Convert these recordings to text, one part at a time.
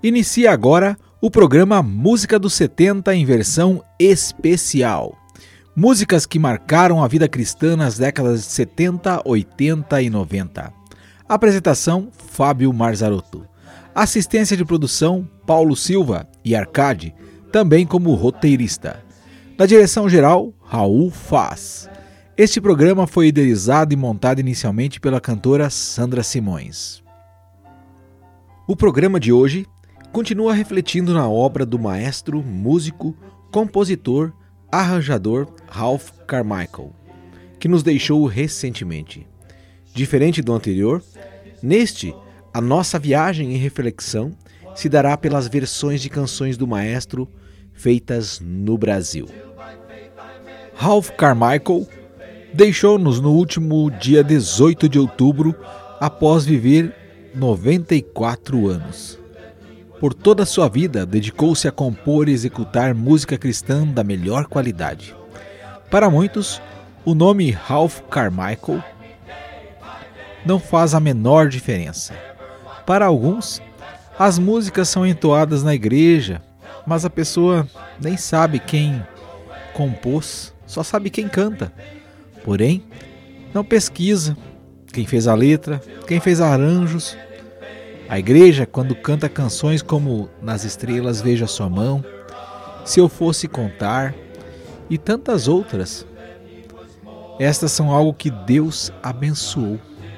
Inicia agora o programa Música dos 70 em versão especial. Músicas que marcaram a vida cristã nas décadas de 70, 80 e 90. Apresentação: Fábio Marzarotto. Assistência de produção: Paulo Silva e Arcade, também como roteirista. Na direção geral, Raul Faz. Este programa foi idealizado e montado inicialmente pela cantora Sandra Simões. O programa de hoje continua refletindo na obra do maestro, músico, compositor, arranjador Ralph Carmichael, que nos deixou recentemente. Diferente do anterior, neste, a nossa viagem e reflexão se dará pelas versões de canções do maestro feitas no Brasil. Ralph Carmichael deixou-nos no último dia 18 de outubro, após viver 94 anos. Por toda a sua vida, dedicou-se a compor e executar música cristã da melhor qualidade. Para muitos, o nome Ralph Carmichael não faz a menor diferença. Para alguns, as músicas são entoadas na igreja, mas a pessoa nem sabe quem compôs, só sabe quem canta. Porém, não pesquisa quem fez a letra, quem fez arranjos. A igreja, quando canta canções como Nas Estrelas Vejo a Sua Mão, Se Eu Fosse Contar e tantas outras, estas são algo que Deus abençoou.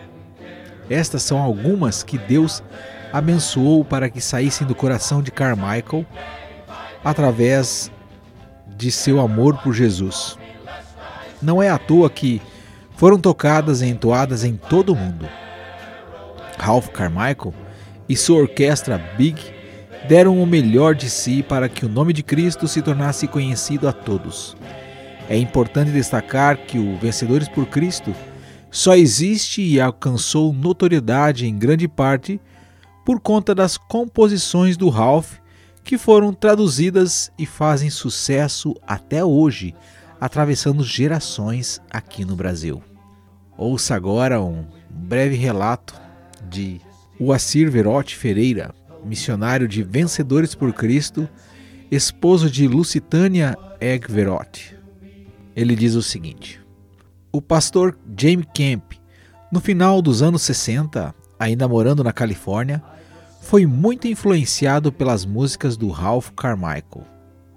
Estas são algumas que Deus abençoou para que saíssem do coração de Carmichael através de seu amor por Jesus. Não é à toa que foram tocadas e entoadas em todo o mundo. Ralph Carmichael e sua orquestra Big deram o melhor de si para que o nome de Cristo se tornasse conhecido a todos. É importante destacar que o Vencedores por Cristo só existe e alcançou notoriedade em grande parte por conta das composições do Ralph, que foram traduzidas e fazem sucesso até hoje, atravessando gerações aqui no Brasil. Ouça agora um breve relato de Oacir Verotti Ferreira, missionário de Vencedores por Cristo, esposo de Lucitânia Egg Verotti. Ele diz o seguinte: o pastor Jaime Camp, no final dos anos 60, ainda morando na Califórnia, foi muito influenciado pelas músicas do Ralph Carmichael.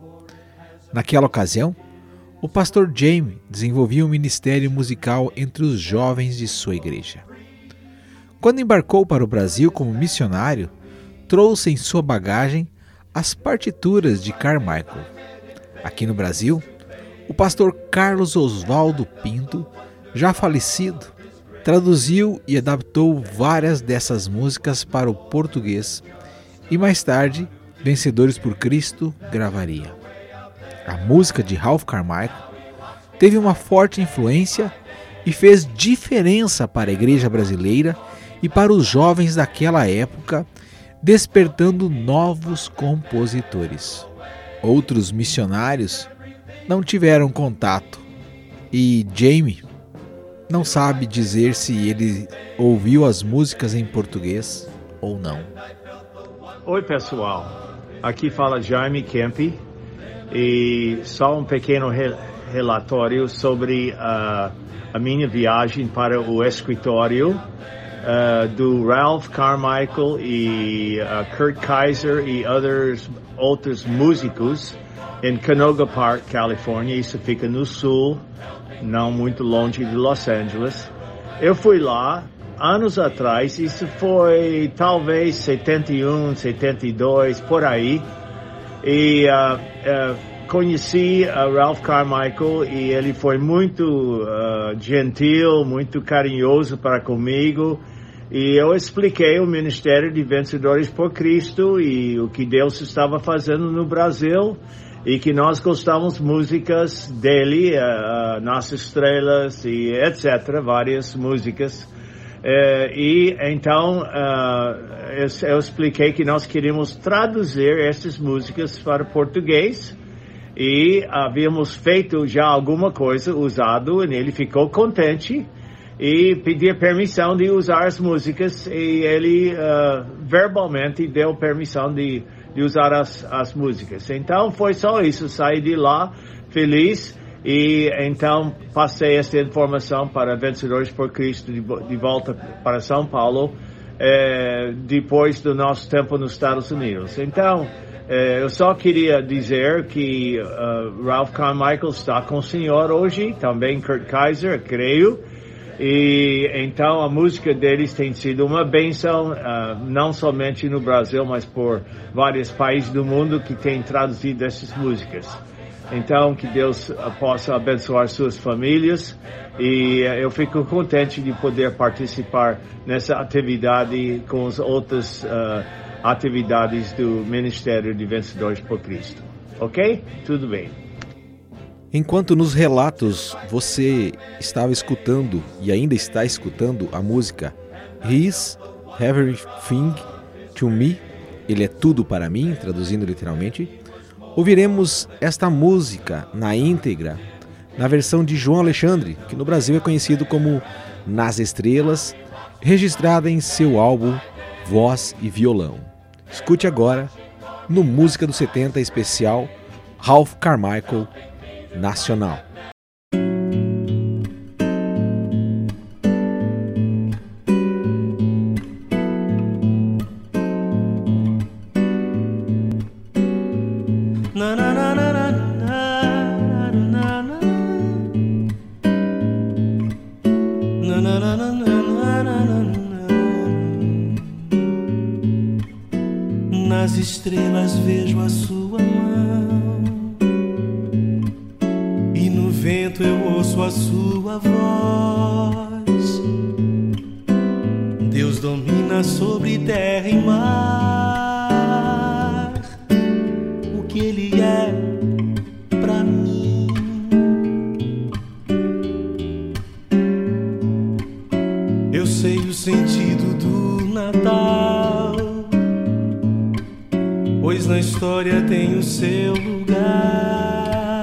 Naquela ocasião, o pastor Jaime desenvolvia um ministério musical entre os jovens de sua igreja. Quando embarcou para o Brasil como missionário, trouxe em sua bagagem as partituras de Carmichael. Aqui no Brasil, o pastor Carlos Oswaldo Pinto, já falecido, traduziu e adaptou várias dessas músicas para o português e mais tarde, Vencedores por Cristo gravaria. A música de Ralph Carmichael teve uma forte influência e fez diferença para a igreja brasileira e para os jovens daquela época, despertando novos compositores. Outros missionários não tiveram contato e Jaime não sabe dizer se ele ouviu as músicas em português ou não. Oi pessoal, aqui fala Jaime Camp e só um pequeno relatório sobre a minha viagem para o escritório do Ralph Carmichael e Kurt Kaiser e outros músicos em Canoga Park, Califórnia. Isso fica no sul, não muito longe de Los Angeles. Eu fui lá anos atrás, isso foi talvez 71, 72, por aí, e conheci Ralph Carmichael e ele foi muito gentil, muito carinhoso para comigo. E eu expliquei o Ministério de Vencedores por Cristo e o que Deus estava fazendo no Brasil e que nós gostávamos músicas dele, Nas Estrelas e etc., várias músicas. E então eu expliquei que nós queríamos traduzir essas músicas para português e havíamos feito já alguma coisa usado e ele ficou contente. e pedir permissão de usar as músicas, e ele verbalmente deu permissão de usar as músicas. Então foi só isso, saí de lá feliz, e então passei essa informação para Vencedores por Cristo de volta para São Paulo, depois do nosso tempo nos Estados Unidos. Então, eu só queria dizer que Ralph Carmichael está com o Senhor hoje, também Kurt Kaiser, creio, e então a música deles tem sido uma bênção, não somente no Brasil, mas por vários países do mundo que têm traduzido essas músicas. Então, que Deus possa abençoar suas famílias, e eu fico contente de poder participar nessa atividade com as outras atividades do Ministério de Vencedores por Cristo. Ok? Tudo bem. Enquanto nos relatos você estava escutando e ainda está escutando a música He's Everything to Me, Ele é tudo para mim, traduzindo literalmente, ouviremos esta música na íntegra, na versão de João Alexandre, que no Brasil é conhecido como Nas Estrelas, registrada em seu álbum Voz e Violão. Escute agora, no Música dos 70 especial, Ralph Carmichael, Nacional. Nas estrelas vejo a sua mão, e no vento eu ouço a sua voz. Deus domina sobre terra e mar. O que Ele é pra mim? Eu sei o sentido do Natal, pois na história tem o seu lugar.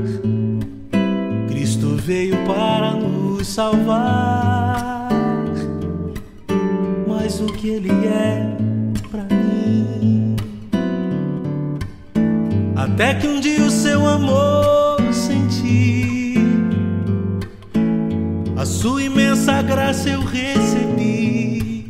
Cristo veio para nos salvar, mas o que Ele é pra mim? Até que um dia o seu amor senti, a sua imensa graça eu recebi,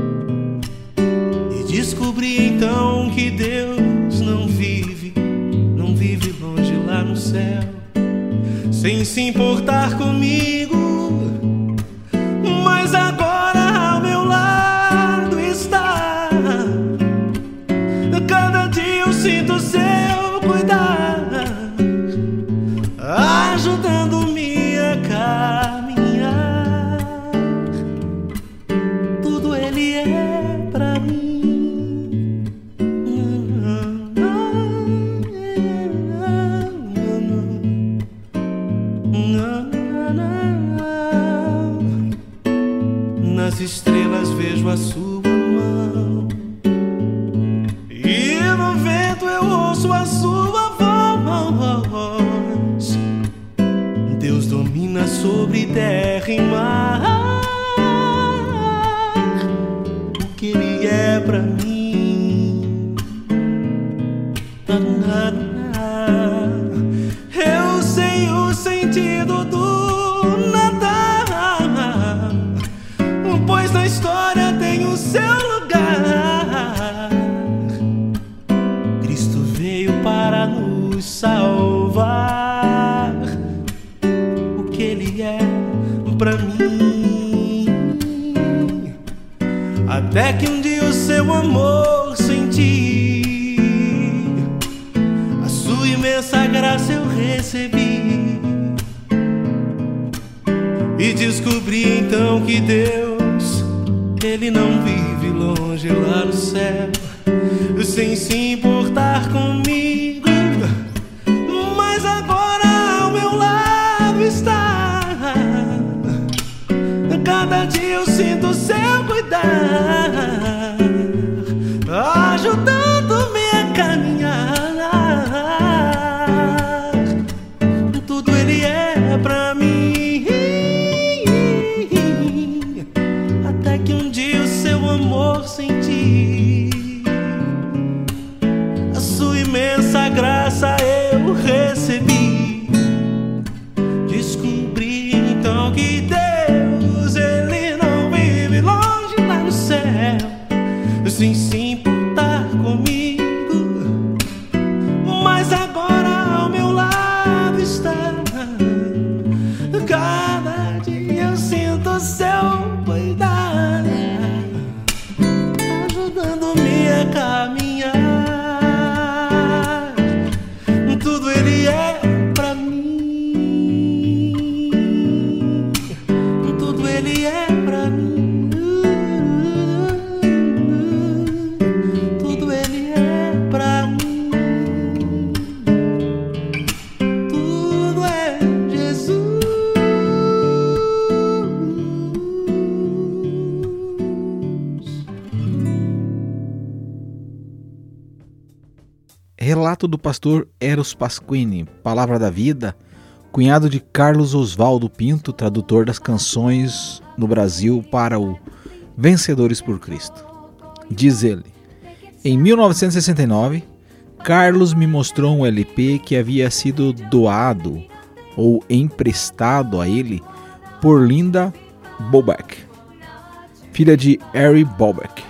e descobri então que Deus não vive longe lá no céu, sem se importar comigo, mas agora ao meu lado está. Cada dia eu sinto o seu cuidar, ajudando-me a caminhar. Tudo Ele é pra mim. Nas estrelas vejo a sua mão, e no vento eu ouço a sua voz. Deus domina sobre terra e mar. O que Ele é pra mim? Eu sei o sentido do Natal, pois na história tem o seu lugar. Cristo veio para nos salvar. O que Ele é pra mim? Até que um dia o seu amor senti, a sua imensa graça eu recebi, e descobri então que Deus, Ele não vive longe lá no céu, sem se importar comigo, mas agora ao meu lado está. Cada dia eu sinto o seu cuidar, ajudando-me a caminhar. Tudo Ele é pra mim. recebi. Descobri então que Deus, ele não vive longe lá no céu, sem se importar comigo, mas agora ao meu lado está. Cada dia eu sinto seu cuidar, ajudando-me a caminhar. Tudo ele é pra mim, tudo ele é pra mim, tudo ele é pra mim, tudo é Jesus. Relato do pastor Eros Pasquini, Palavra da Vida, cunhado de Carlos Oswaldo Pinto, tradutor das canções no Brasil para o Vencedores por Cristo. Diz ele: em 1969, Carlos me mostrou um LP que havia sido doado ou emprestado a ele por Linda Bobeck, filha de Harry Bobeck,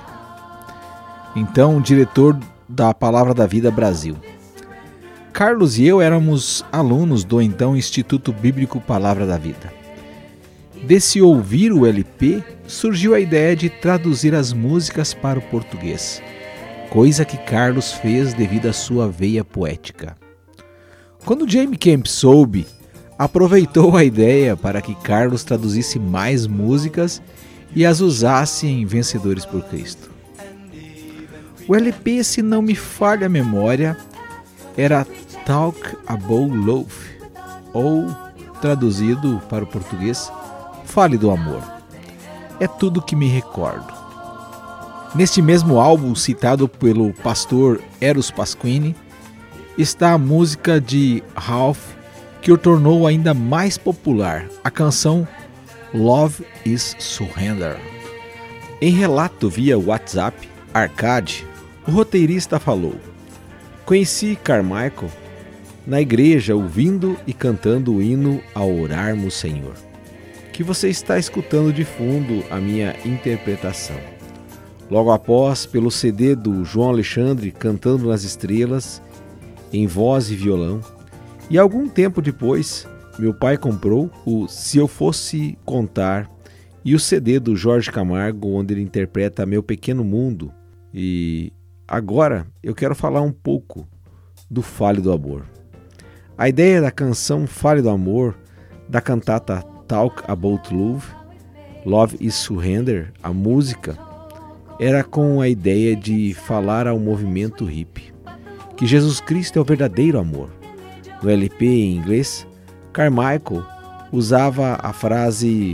então diretor da Palavra da Vida Brasil. Carlos e eu éramos alunos do então Instituto Bíblico Palavra da Vida. Desse ouvir o LP, surgiu a ideia de traduzir as músicas para o português, coisa que Carlos fez devido à sua veia poética. Quando Jamie Camp soube, aproveitou a ideia para que Carlos traduzisse mais músicas e as usasse em Vencedores por Cristo. O LP, se não me falha a memória, era Talk About Love, ou, traduzido para o português, Fale do Amor. É tudo que me recordo. Neste mesmo álbum, citado pelo pastor Eros Pasquini, está a música de Ralph, que o tornou ainda mais popular, a canção Love is Surrender. Em relato via WhatsApp, Arcade, o roteirista falou: conheci Carmichael na igreja ouvindo e cantando o hino ao orarmos Senhor, que você está escutando de fundo a minha interpretação. Logo após, pelo CD do João Alexandre Cantando nas Estrelas, em voz e violão, e algum tempo depois, meu pai comprou o Se Eu Fosse Contar e o CD do Jorge Camargo, onde ele interpreta Meu Pequeno Mundo. E agora eu quero falar um pouco do Fale do Amor. A ideia da canção Fale do Amor, da cantata Talk About Love, Love is Surrender, a música, era com a ideia de falar ao movimento hippie que Jesus Cristo é o verdadeiro amor. No LP em inglês, Carmichael usava a frase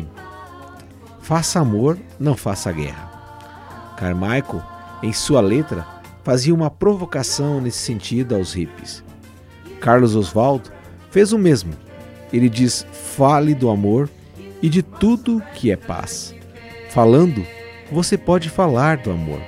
faça amor, não faça guerra. Carmichael, em sua letra, fazia uma provocação nesse sentido aos hippies. Carlos Oswaldo fez o mesmo. Ele diz: fale do amor e de tudo que é paz. Falando, você pode falar do amor,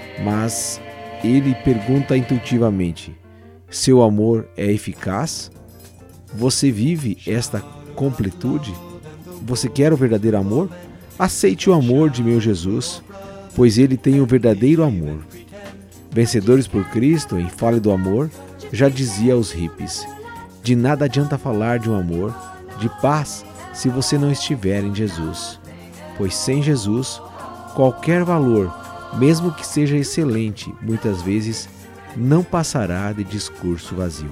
mas ele pergunta intuitivamente: seu amor é eficaz? Você vive esta completude? Você quer o verdadeiro amor? Aceite o amor de meu Jesus, pois ele tem o verdadeiro amor. Vencedores por Cristo, em Fale do Amor, já dizia aos hippies: de nada adianta falar de um amor, de paz, se você não estiver em Jesus. Pois sem Jesus, qualquer valor, mesmo que seja excelente, muitas vezes não passará de discurso vazio.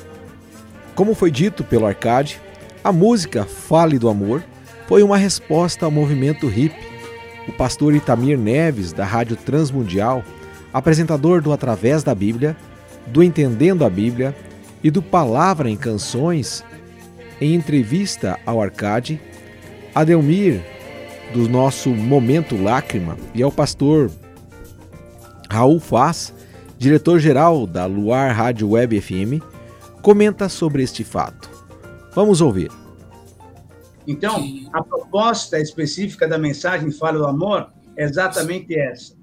Como foi dito pelo Arcade, a música Fale do Amor foi uma resposta ao movimento hippie. O pastor Itamir Neves, da Rádio Transmundial, apresentador do Através da Bíblia, do Entendendo a Bíblia e do Palavra em Canções, em entrevista ao Arcade, Adelmir, do nosso Momento Lágrima, e ao pastor Raul Faz, diretor-geral da Luar Rádio Web FM, comenta sobre este fato. Vamos ouvir. Então, a proposta específica da mensagem Fale do Amor é exatamente essa.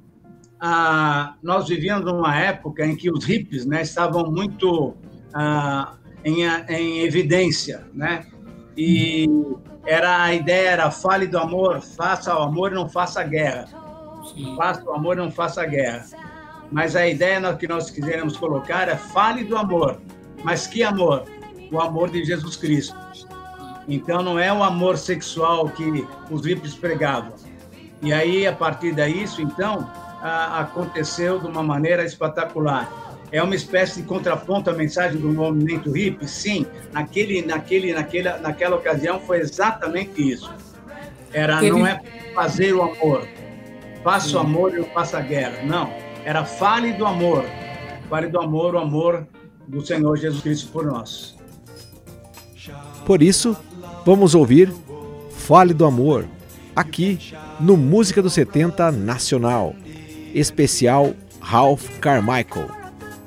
Nós vivíamos numa época em que os hippies, estavam muito em evidência, né? E a ideia era fale do amor, faça o amor e não faça guerra. Faça o amor e não faça guerra. Mas a ideia que nós quisermos colocar é fale do amor. Mas que amor? O amor de Jesus Cristo. Então, não é o amor sexual que os hippies pregavam. E aí, a partir disso, então, aconteceu de uma maneira espetacular. É uma espécie de contraponto à mensagem do movimento hippie? Sim, naquela ocasião foi exatamente isso. Não é fazer o amor, faça o amor e não faça a guerra. Não, era fale do amor, o amor do Senhor Jesus Cristo por nós. Por isso, vamos ouvir Fale do Amor, aqui no Música dos 70 Nacional, especial Ralph Carmichael.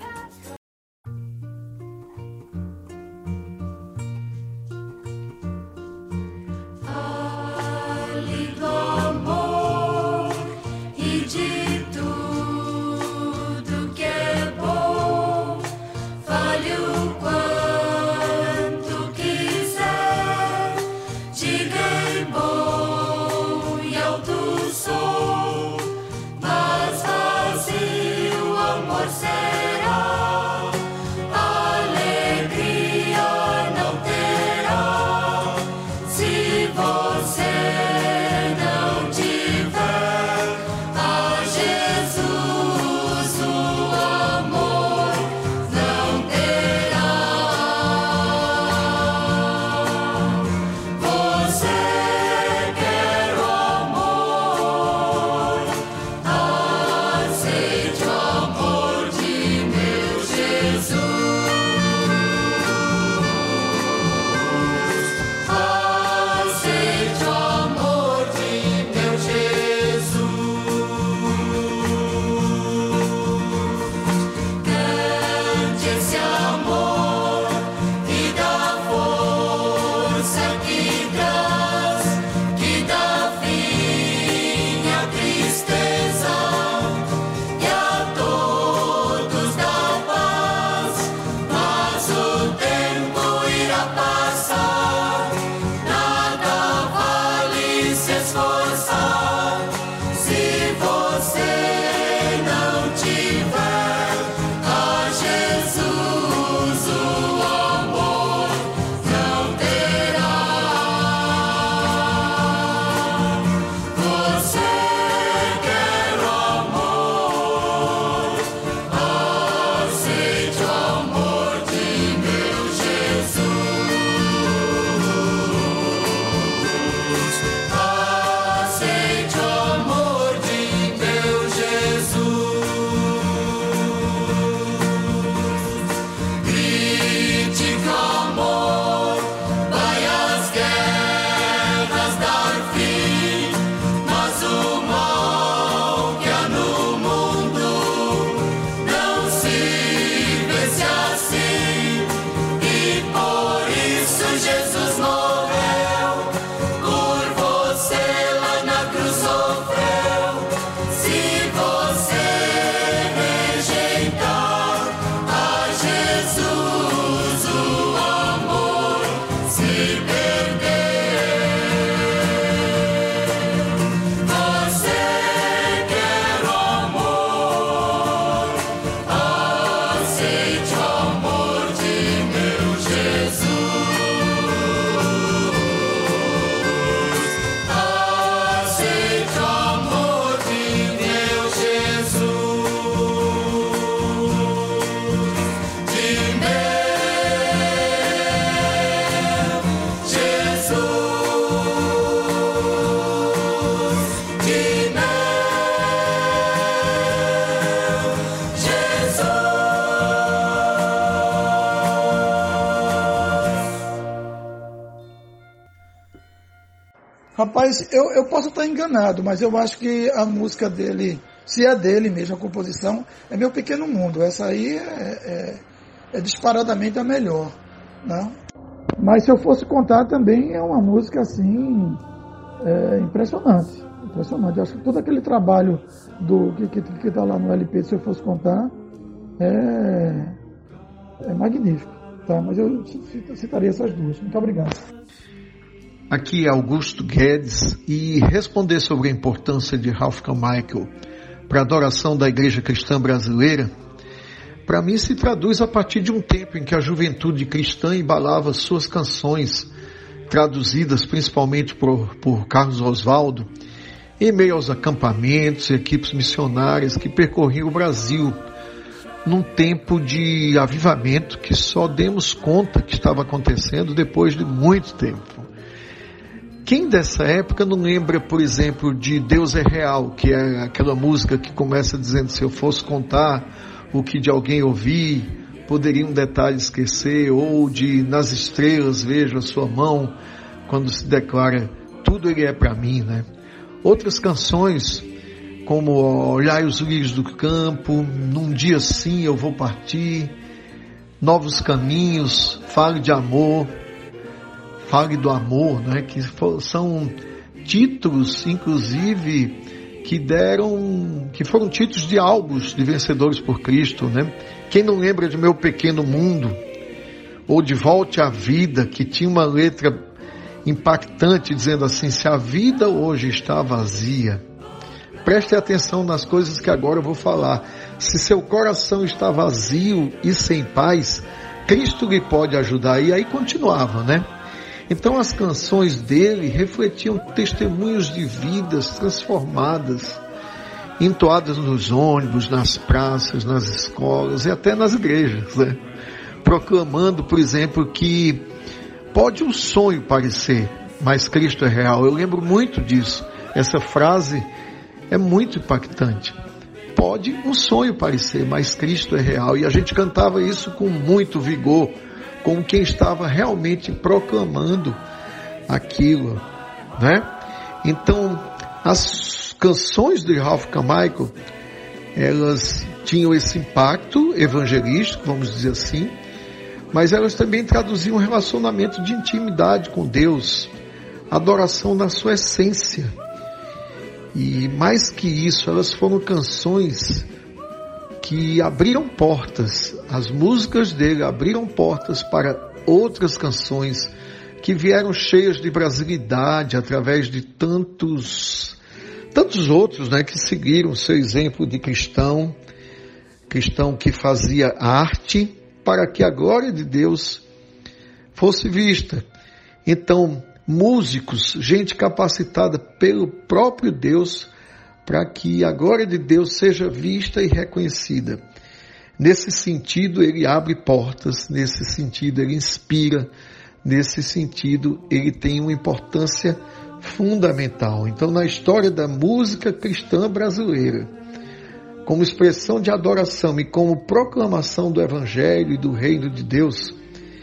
Rapaz, eu posso estar enganado, mas eu acho que a música dele, se é dele mesmo, a composição, é Meu Pequeno Mundo. Essa aí é disparadamente a melhor, né? Mas se eu fosse contar também, é uma música assim, impressionante. Impressionante. Eu acho que todo aquele trabalho que está lá no LP, se eu fosse contar, é magnífico. Tá, mas eu citaria essas duas. Muito obrigado. Aqui é Augusto Guedes, e responder sobre a importância de Ralph Carmichael para a adoração da Igreja Cristã Brasileira, para mim se traduz a partir de um tempo em que a juventude cristã embalava suas canções, traduzidas principalmente por Carlos Oswaldo, em meio aos acampamentos e equipes missionárias que percorriam o Brasil, num tempo de avivamento que só demos conta que estava acontecendo depois de muito tempo. Quem dessa época não lembra, por exemplo, de Deus é Real, que é aquela música que começa dizendo: se eu fosse contar o que de alguém ouvi, poderia um detalhe esquecer, ou de Nas estrelas vejo a sua mão, quando se declara tudo ele é para mim, né? Outras canções, como Olhai os lírios do campo, Num dia sim eu vou partir, Novos caminhos, Fale de amor, Fale do amor, né? Que são títulos, inclusive, que foram títulos de álbuns de Vencedores por Cristo, né? Quem não lembra de Meu Pequeno Mundo, ou de Volte à Vida, que tinha uma letra impactante dizendo assim: se a vida hoje está vazia, preste atenção nas coisas que agora eu vou falar. Se seu coração está vazio e sem paz, Cristo lhe pode ajudar. E aí continuava, né? Então as canções dele refletiam testemunhos de vidas transformadas, entoadas nos ônibus, nas praças, nas escolas e até nas igrejas, né? Proclamando, por exemplo, que pode um sonho parecer, mas Cristo é real. Eu lembro muito disso. Essa frase é muito impactante. Pode um sonho parecer, mas Cristo é real. E a gente cantava isso com muito vigor, como quem estava realmente proclamando aquilo, né? Então, as canções de Ralph Carmichael, elas tinham esse impacto evangelístico, vamos dizer assim, mas elas também traduziam um relacionamento de intimidade com Deus, adoração na sua essência. E mais que isso, elas foram canções que abriram portas, as músicas dele abriram portas para outras canções que vieram cheias de brasilidade através de tantos outros, né, que seguiram seu exemplo de cristão que fazia arte para que a glória de Deus fosse vista. Então, músicos, gente capacitada pelo próprio Deus para que a glória de Deus seja vista e reconhecida. Nesse sentido, ele abre portas, nesse sentido, ele inspira, nesse sentido, ele tem uma importância fundamental. Então, na história da música cristã brasileira, como expressão de adoração e como proclamação do Evangelho e do Reino de Deus,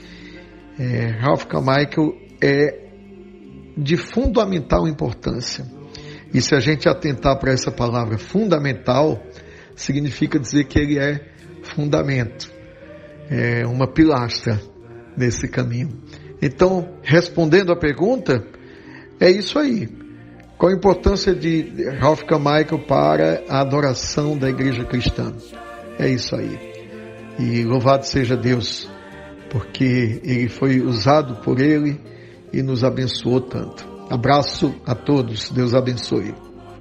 Ralph Carmichael é de fundamental importância. E se a gente atentar para essa palavra fundamental, significa dizer que ele é fundamento, é uma pilastra nesse caminho. Então, respondendo à pergunta, é isso aí. Qual a importância de Ralph Carmichael para a adoração da igreja cristã? É isso aí. E louvado seja Deus, porque ele foi usado por ele e nos abençoou tanto. Abraço a todos, Deus abençoe.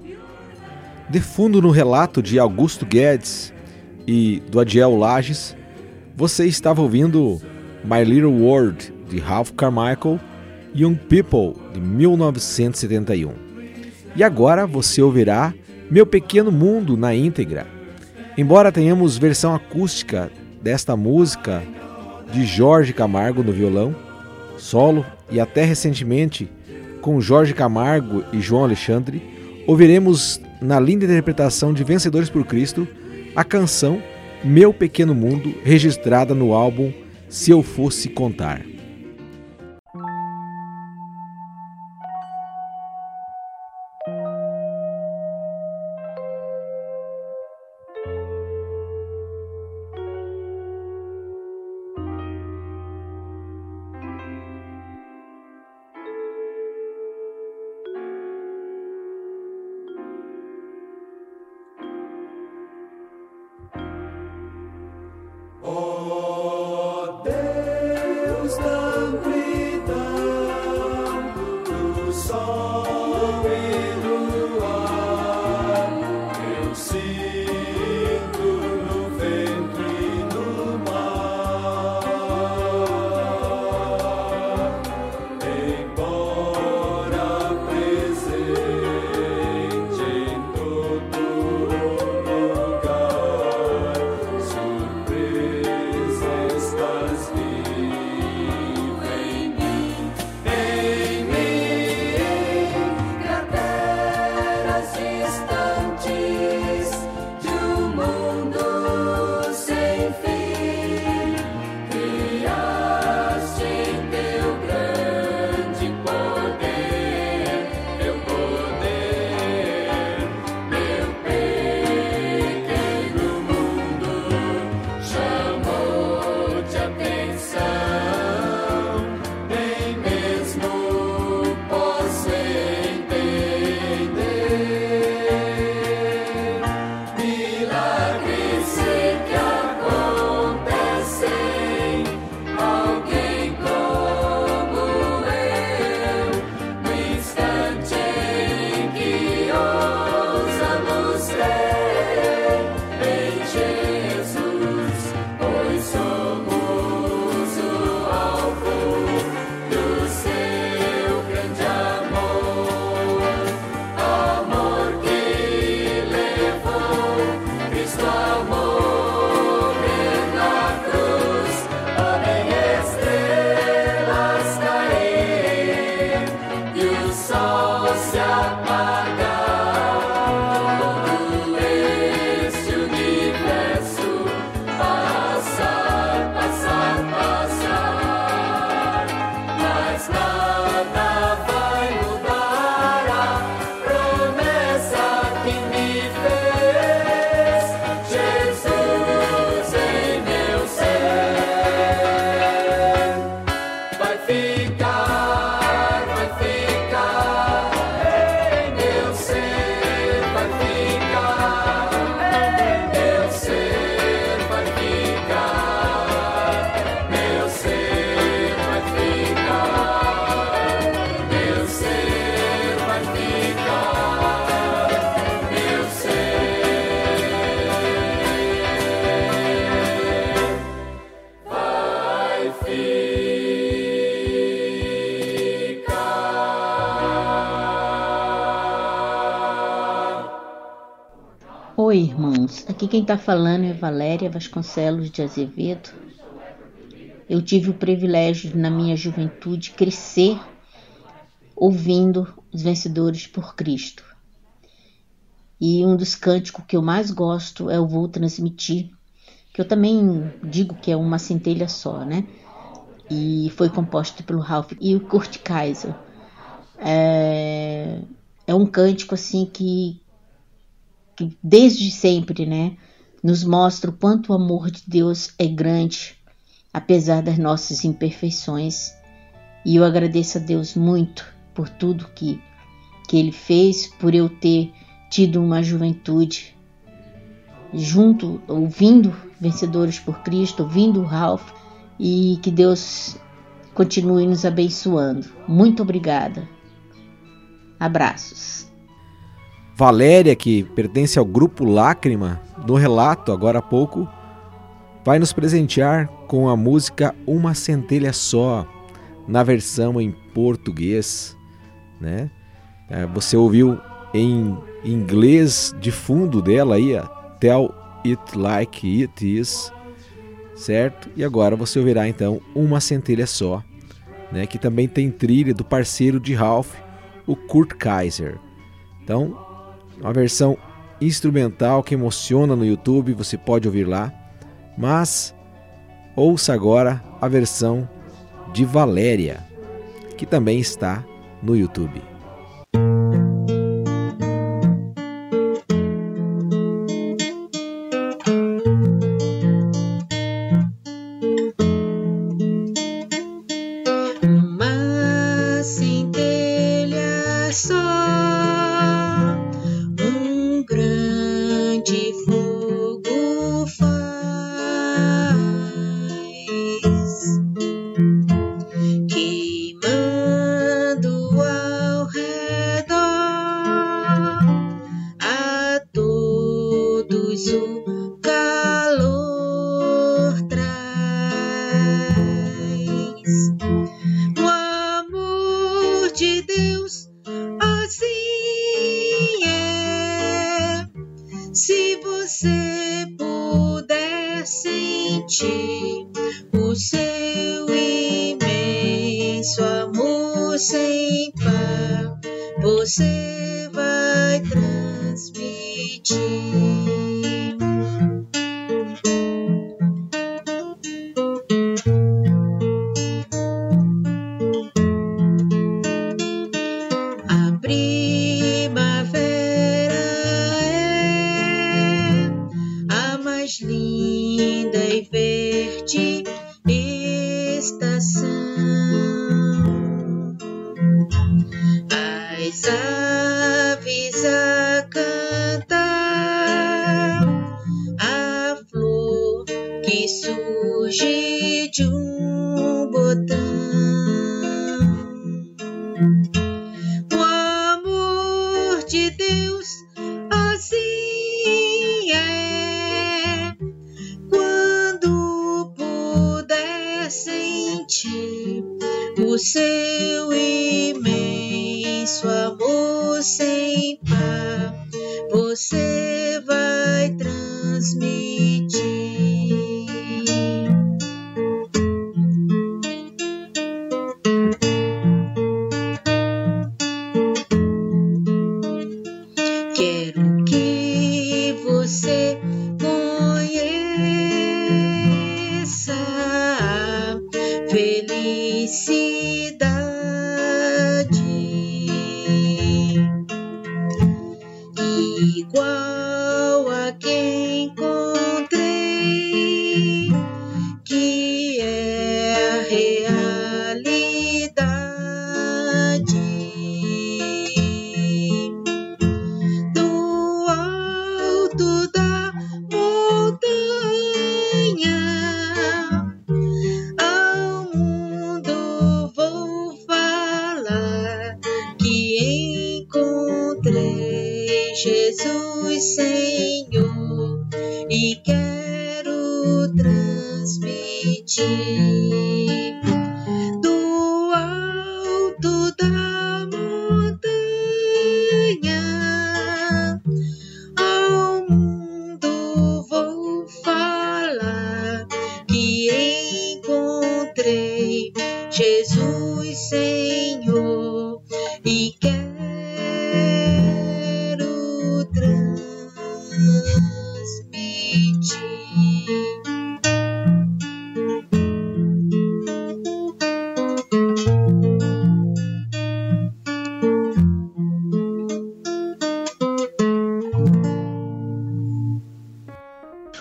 De fundo no relato de Augusto Guedes e do Adiel Lages, você estava ouvindo My Little World, de Ralph Carmichael, Young People, de 1971. E agora você ouvirá Meu Pequeno Mundo na íntegra. Embora tenhamos versão acústica desta música de Jorge Camargo no violão, solo, e até recentemente com Jorge Camargo e João Alexandre, ouviremos na linda interpretação de Vencedores por Cristo a canção Meu Pequeno Mundo, registrada no álbum Se Eu Fosse Contar. Oh, Deus. Aqui quem está falando é Valéria Vasconcelos de Azevedo. Eu tive o privilégio na minha juventude crescer ouvindo os Vencedores por Cristo. E um dos cânticos que eu mais gosto é o Vou Transmitir, que eu também digo que é uma centelha só, né? E foi composto pelo Ralph e o Kurt Kaiser. É um cântico assim que desde sempre, né, nos mostra o quanto o amor de Deus é grande, apesar das nossas imperfeições. E eu agradeço a Deus muito por tudo que Ele fez, por eu ter tido uma juventude junto, ouvindo Vencedores por Cristo, ouvindo o Ralph, e que Deus continue nos abençoando. Muito obrigada. Abraços. Valéria, que pertence ao grupo Lágrima, no relato agora há pouco, vai nos presentear com a música Uma Centelha Só, na versão em português, né? Você ouviu em inglês de fundo dela aí, Tell It Like It Is, certo? E agora você ouvirá então Uma Centelha Só, né? Que também tem trilha do parceiro de Ralph, o Kurt Kaiser. Então, uma versão instrumental que emociona no YouTube, você pode ouvir lá, mas ouça agora a versão de Valéria, que também está no YouTube. Uma centelha só, um grande fogo faz, queimando ao redor, a todos o calor traz. O amor de Deus assim é. Se você puder sentir o seu imenso amor sem par, você vai transmitir. A primavera é a mais linda e verde estação. As aves a cantar, a flor que surge de um botão. O amor de Deus assim é. Quando puder sentir o seu imenso amor sem par, você vai transmitir. Quero que você conheça a felicidade igual a que encontrei, que é a realidade. Do alto da montanha ao mundo vou falar que encontrei Jesus Senhor e quero transmitir. Do alto da montanha ao mundo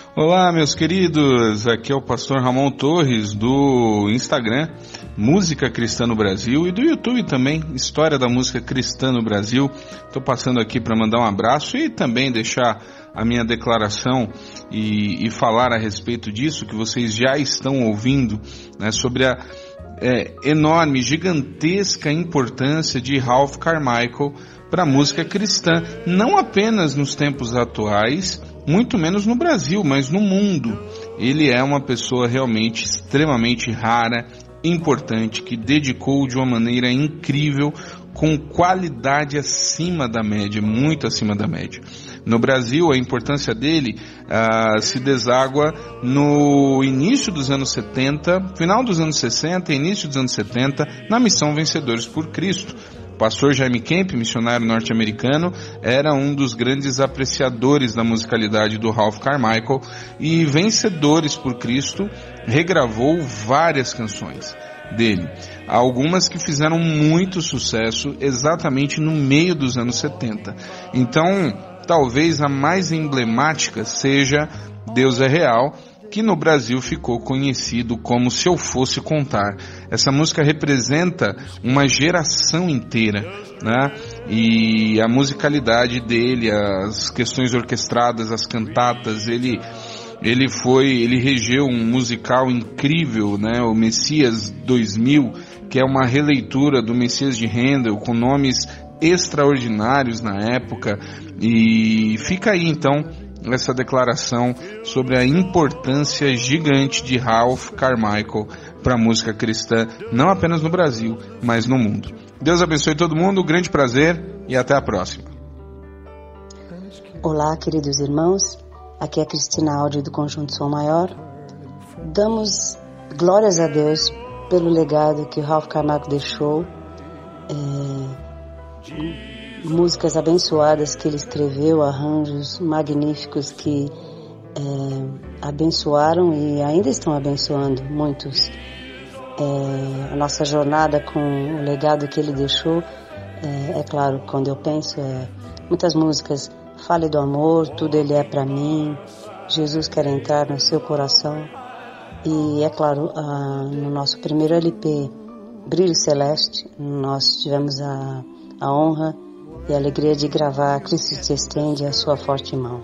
Olá, meus queridos, aqui é o pastor Ramon Torres do Instagram, Música Cristã no Brasil, e do YouTube também, História da Música Cristã no Brasil. Estou passando aqui para mandar um abraço e também deixar a minha declaração e falar a respeito disso que vocês já estão ouvindo, né, sobre a enorme, gigantesca importância de Ralph Carmichael para a música cristã, não apenas nos tempos atuais, muito menos no Brasil, mas no mundo. Ele é uma pessoa realmente extremamente rara, importante, que dedicou de uma maneira incrível, com qualidade acima da média, muito acima da média. No Brasil, a importância dele se deságua no início dos anos 70, final dos anos 60 e início dos anos 70, na missão Vencedores por Cristo. O pastor Jaime Kemp, missionário norte-americano, era um dos grandes apreciadores da musicalidade do Ralph Carmichael, e Vencedores por Cristo regravou várias canções dele, algumas que fizeram muito sucesso exatamente no meio dos anos 70. Então, talvez a mais emblemática seja Deus é Real, que no Brasil ficou conhecido como Se Eu Fosse Contar. Essa música representa uma geração inteira, né? E a musicalidade dele, as questões orquestradas, as cantatas, ele regeu um musical incrível, né? O Messias 2000, que é uma releitura do Messias de Handel, com nomes extraordinários na época. E fica aí então essa declaração sobre a importância gigante de Ralph Carmichael para a música cristã, não apenas no Brasil, mas no mundo. Deus abençoe todo mundo, grande prazer e até a próxima. Olá, queridos irmãos, aqui é a Cristina Aldi do Conjunto Som Maior. Damos glórias a Deus pelo legado que o Ralph Carmichael deixou, músicas abençoadas que ele escreveu, arranjos magníficos que abençoaram e ainda estão abençoando muitos. A nossa jornada com o legado que ele deixou, é claro, quando eu penso, muitas músicas, Fale do Amor, Tudo Ele É Pra Mim, Jesus Quer Entrar no Seu Coração, e é claro, no nosso primeiro LP, Brilho Celeste, nós tivemos a honra e a alegria de gravar Cristo Te Estende a Sua Forte Mão.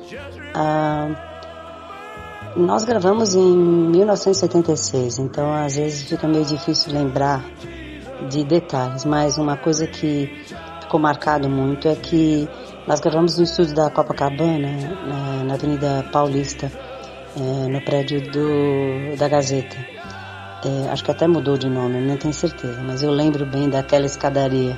Nós gravamos em 1976, então às vezes fica meio difícil lembrar de detalhes, mas uma coisa que ficou marcado muito é que nós gravamos no estúdio da Copacabana, na Avenida Paulista, no prédio da Gazeta. Acho que até mudou de nome, não tenho certeza, mas eu lembro bem daquela escadaria.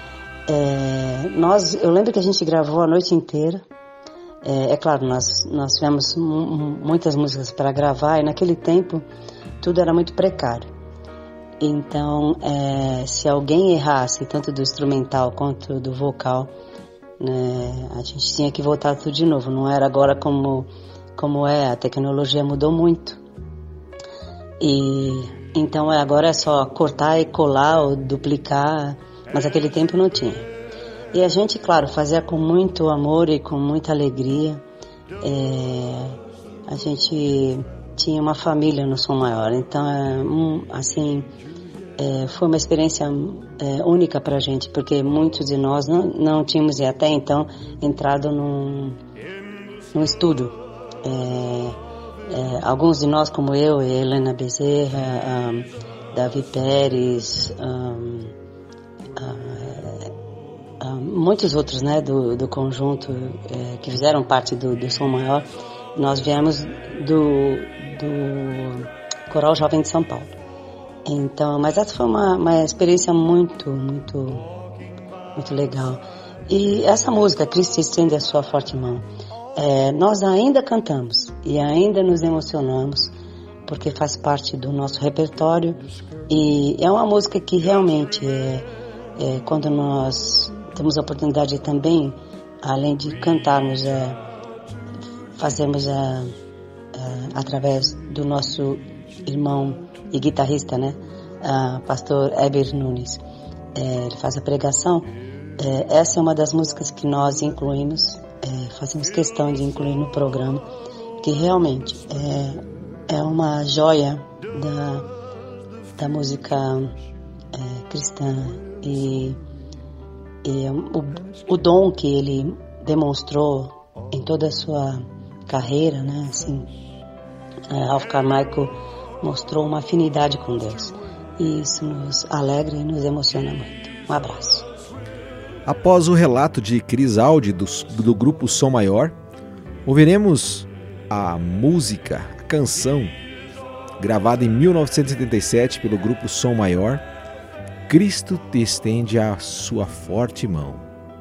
Eu lembro que a gente gravou a noite inteira. É claro, nós tivemos muitas músicas para gravar, e naquele tempo tudo era muito precário. Então, se alguém errasse, tanto do instrumental quanto do vocal, né, a gente tinha que voltar tudo de novo. Não era agora como é, a tecnologia mudou muito. E então agora é só cortar e colar ou duplicar, mas naquele tempo não tinha. E a gente, claro, fazia com muito amor e com muita alegria. A gente tinha uma família no Som Maior, então, foi uma experiência única pra gente, porque muitos de nós não tínhamos até então entrado num estúdio. Alguns de nós, como eu, Helena Bezerra, Davi Pérez, muitos outros, né, do conjunto que fizeram parte do Som Maior, nós viemos do Coral Jovem de São Paulo. Então, mas essa foi uma experiência muito, muito, muito legal. E essa música, Cristo Estende a Sua Forte Mão, nós ainda cantamos e ainda nos emocionamos, porque faz parte do nosso repertório, e é uma música que realmente, quando nós temos a oportunidade também, além de cantarmos, fazemos através do nosso irmão e guitarrista, né, pastor Heber Nunes, ele faz a pregação. Essa é uma das músicas que nós incluímos, fazemos questão de incluir no programa, que realmente é uma joia da música cristã e o dom que ele demonstrou em toda a sua carreira, né? Assim, Ralph Carmichael mostrou uma afinidade com Deus e isso nos alegra e nos emociona muito. Um abraço. Após o relato de Chris Aldi do grupo Som Maior, ouviremos a música, a canção gravada em 1977 pelo grupo Som Maior, Cristo te estende a sua forte mão.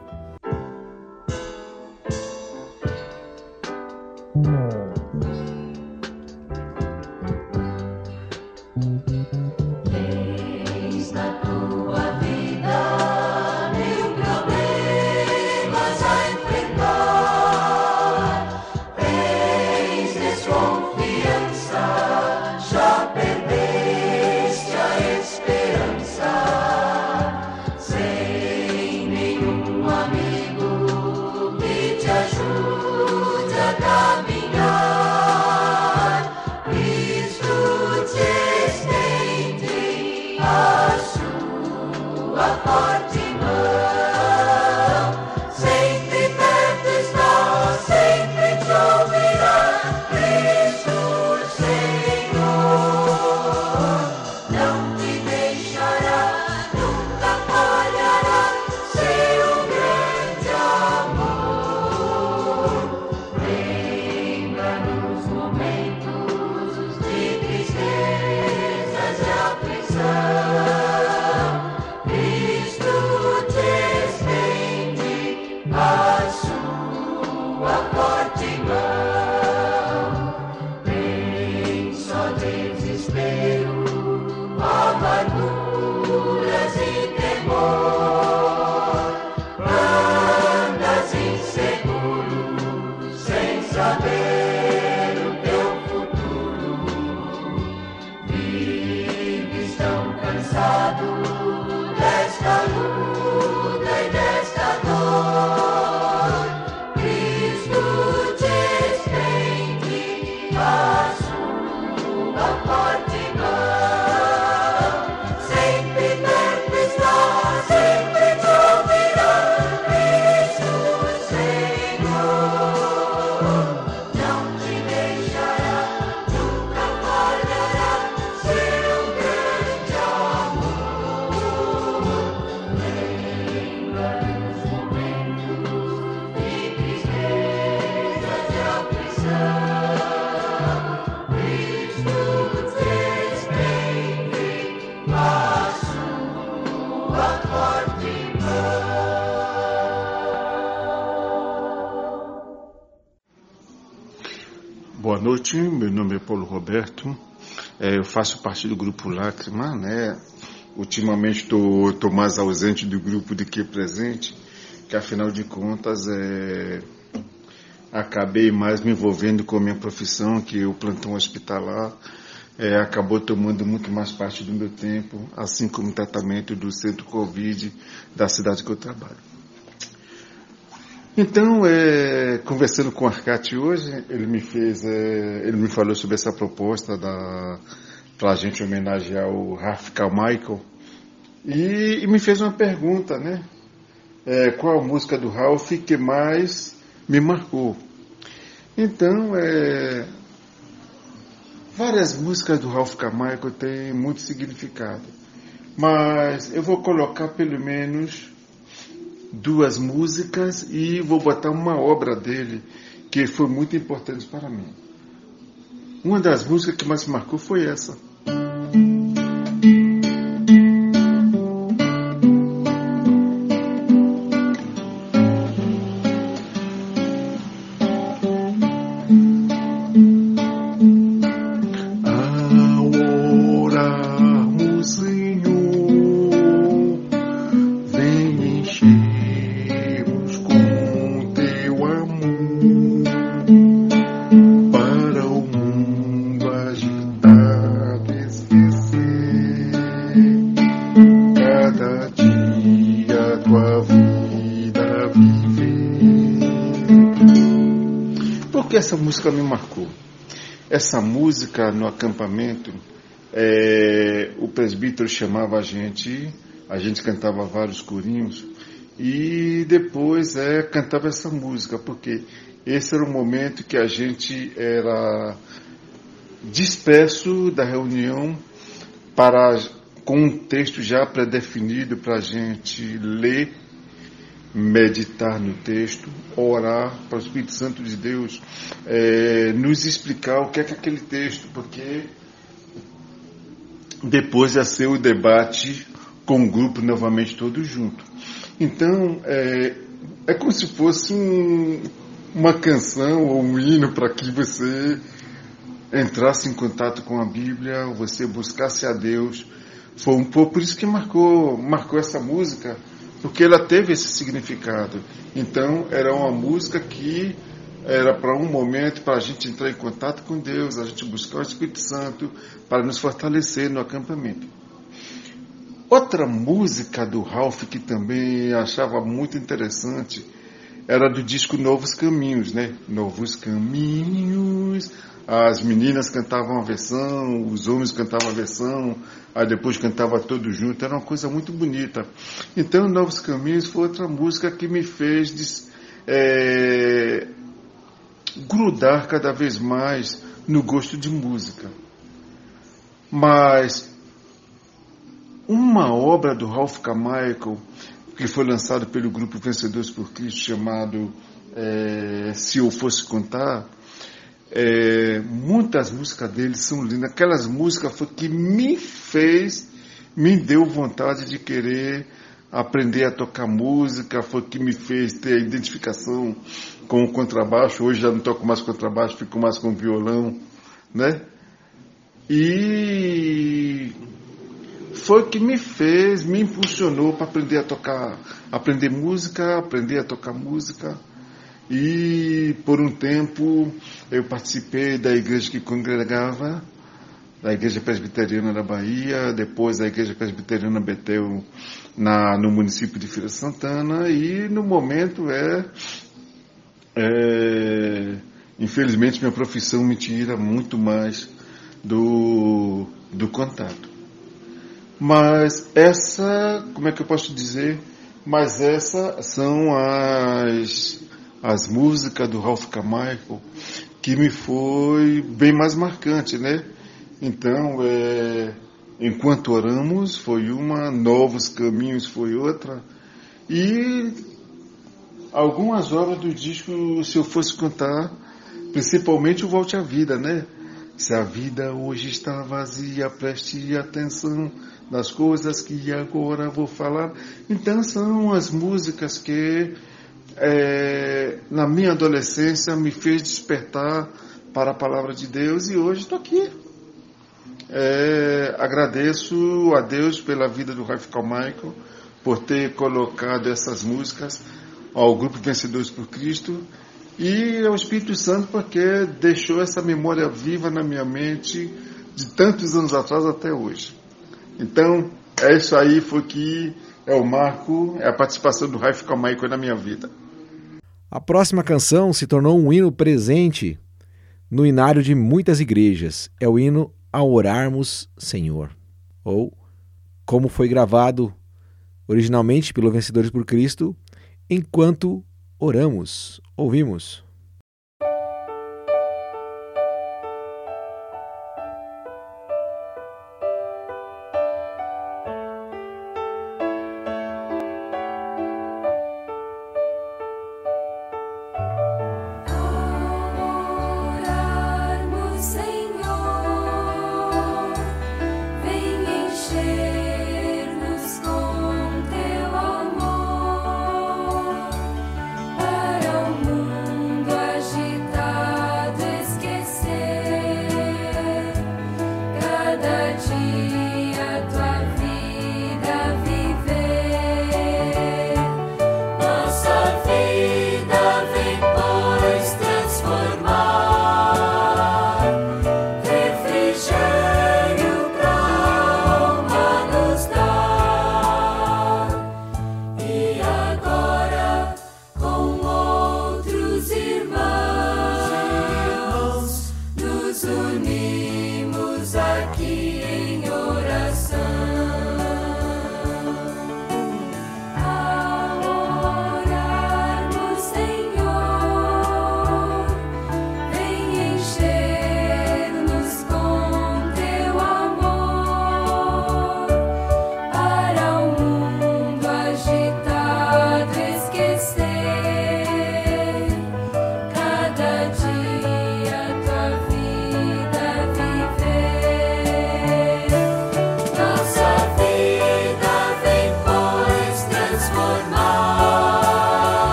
Boa noite, meu nome é Paulo Roberto, eu faço parte do grupo Lágrima, né? Ultimamente estou mais ausente do grupo do que presente, que afinal de contas acabei mais me envolvendo com a minha profissão, que o plantão hospitalar acabou tomando muito mais parte do meu tempo, assim como o tratamento do centro Covid da cidade que eu trabalho. Então, conversando com o Arcati hoje, ele me falou sobre essa proposta para a gente homenagear o Ralph Carmichael e me fez uma pergunta, né? Qual a música do Ralph que mais me marcou? Então, várias músicas do Ralph Carmichael têm muito significado, mas eu vou colocar pelo menos 2 músicas e vou botar uma obra dele que foi muito importante para mim. Uma das músicas que mais me marcou foi essa. Para o mundo agitado música me marcou. Essa música no acampamento, o presbítero chamava a gente cantava vários corinhos e depois cantava essa música, porque esse era o momento que a gente era disperso da reunião com um texto já pré-definido para a gente ler, meditar no texto, orar para o Espírito Santo de Deus nos explicar o que é aquele texto, porque depois ia ser o debate com o grupo novamente todo junto. Então, é como se fosse uma canção ou um hino para que você entrasse em contato com a Bíblia, você buscasse a Deus. Foi um pouco por isso que marcou essa música, porque ela teve esse significado. Então, era uma música que era para um momento para a gente entrar em contato com Deus, a gente buscar o Espírito Santo para nos fortalecer no acampamento. Outra música do Ralph que também achava muito interessante era do disco Novos Caminhos, né? Novos Caminhos. As meninas cantavam a versão, os homens cantavam a versão, aí depois cantava todo junto. Era uma coisa muito bonita. Então, Novos Caminhos foi outra música que me fez grudar cada vez mais no gosto de música. Mas uma obra do Ralph Carmichael, que foi lançado pelo grupo Vencedores por Cristo, chamado Se Eu Fosse Contar, muitas músicas dele são lindas. Aquelas músicas foi que me deu vontade de querer aprender a tocar música, foi que me fez ter a identificação com o contrabaixo. Hoje já não toco mais contrabaixo, fico mais com violão, né? E foi que me impulsionou para aprender música, aprender a tocar música. E por um tempo eu participei da igreja que congregava, da Igreja Presbiteriana da Bahia, depois da Igreja Presbiteriana Betel no município de Feira de Santana, e no momento infelizmente minha profissão me tira muito mais do contato. Mas como é que eu posso dizer? Mas essas são as músicas do Ralph Carmichael que me foi bem mais marcante, né? Então, Enquanto Oramos foi uma, Novos Caminhos foi outra, e algumas obras do disco, se eu fosse contar, principalmente o Volte à Vida, né? Se a vida hoje está vazia, preste atenção nas coisas que agora vou falar. Então são as músicas que na minha adolescência me fez despertar para a palavra de Deus, e hoje estou aqui. Agradeço a Deus pela vida do Ralph Carmichael, por ter colocado essas músicas ao grupo Vencedores por Cristo, e ao Espírito Santo porque deixou essa memória viva na minha mente de tantos anos atrás até hoje. Então, isso aí foi que o marco, a participação do Ralph Carmichael na minha vida. A próxima canção se tornou um hino presente no inário de muitas igrejas. É o hino Ao Orarmos, Senhor, ou como foi gravado originalmente pelo Vencedores por Cristo, Enquanto Oramos. Ouvimos. Para o mundo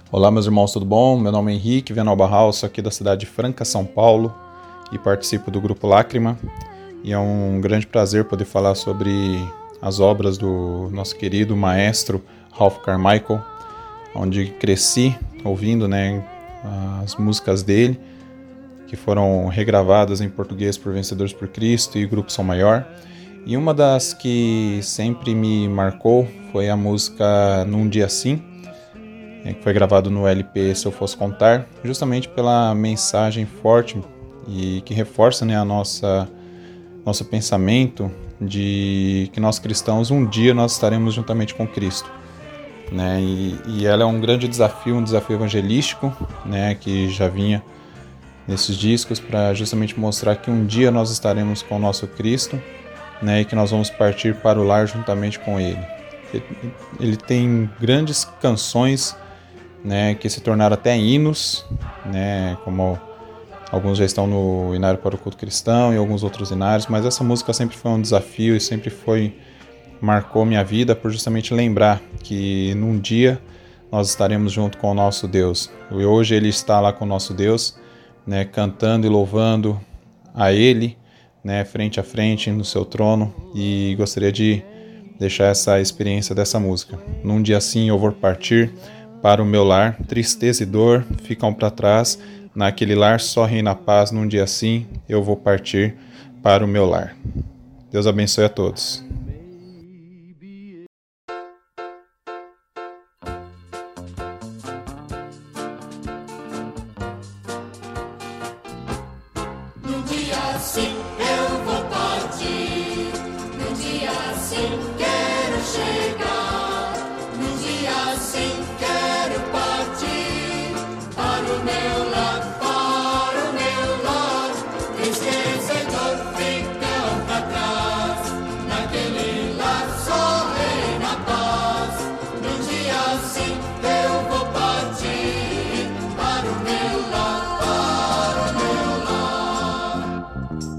Olá, meus irmãos, tudo bom? Meu nome é Henrique Venal Barral, sou aqui da cidade de Franca, São Paulo, e participo do Grupo Lágrima. E é um grande prazer poder falar sobre as obras do nosso querido maestro Ralph Carmichael, onde cresci ouvindo, as músicas dele, que foram regravadas em português por Vencedores por Cristo e Grupo Som Maior. E uma das que sempre me marcou foi a música Num Dia Assim, que foi gravado no LP Se Eu Fosse Contar, justamente pela mensagem forte e que reforça nosso pensamento de que nós cristãos um dia nós estaremos juntamente com Cristo. E ela é um grande desafio, um desafio evangelístico, que já vinha nesses discos para justamente mostrar que um dia nós estaremos com o nosso Cristo, e que nós vamos partir para o lar juntamente com Ele. Ele tem grandes canções, que se tornaram até hinos, como alguns já estão no Inário para o Culto Cristão e alguns outros inários, mas essa música sempre foi um desafio e sempre marcou minha vida por justamente lembrar que num dia nós estaremos junto com o nosso Deus. E hoje Ele está lá com o nosso Deus, cantando e louvando a Ele, frente a frente no seu trono, e gostaria de deixar essa experiência dessa música. Num dia assim eu vou partir para o meu lar, tristeza e dor ficam para trás, naquele lar só reina a paz, num dia assim eu vou partir para o meu lar. Deus abençoe a todos. Num dia assim eu vou partir, num dia assim quero chegar, num dia assim quero partir para o meu lar, para o meu lar. Tristeza e dor ficam pra trás, naquele lar só reina paz. Num dia assim eu vou partir para o meu lar, para o meu lar.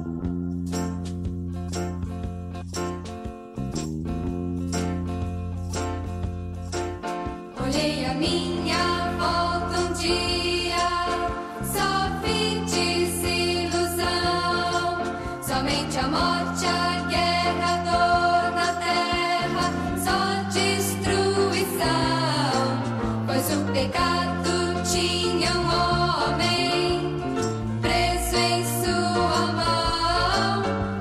Olhei a minha volta um dia, só vi desilusão. Somente a morte, a guerra, a dor na terra, só destruição. Pois o pecado tinha um homem preso em sua mão.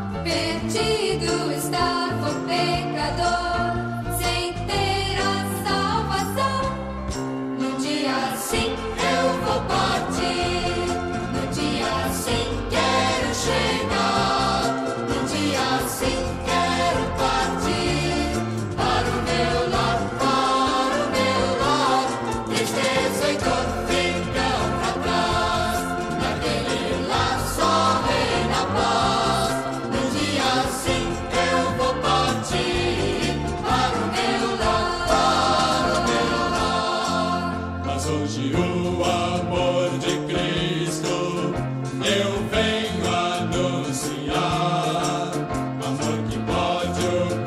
Perdido estava o pecador, sem ter a salvação. Num dia assim eu vou partir, num dia assim quero chegar, num dia assim quero partir para o meu lar, para o meu lar. Tristeza e dor ficam pra trás, naquele lar só reina a paz. Num dia assim eu vou partir para o meu lar, para o meu lar. Mas hoje o amor de Cristo eu venho anunciar, amor que pode o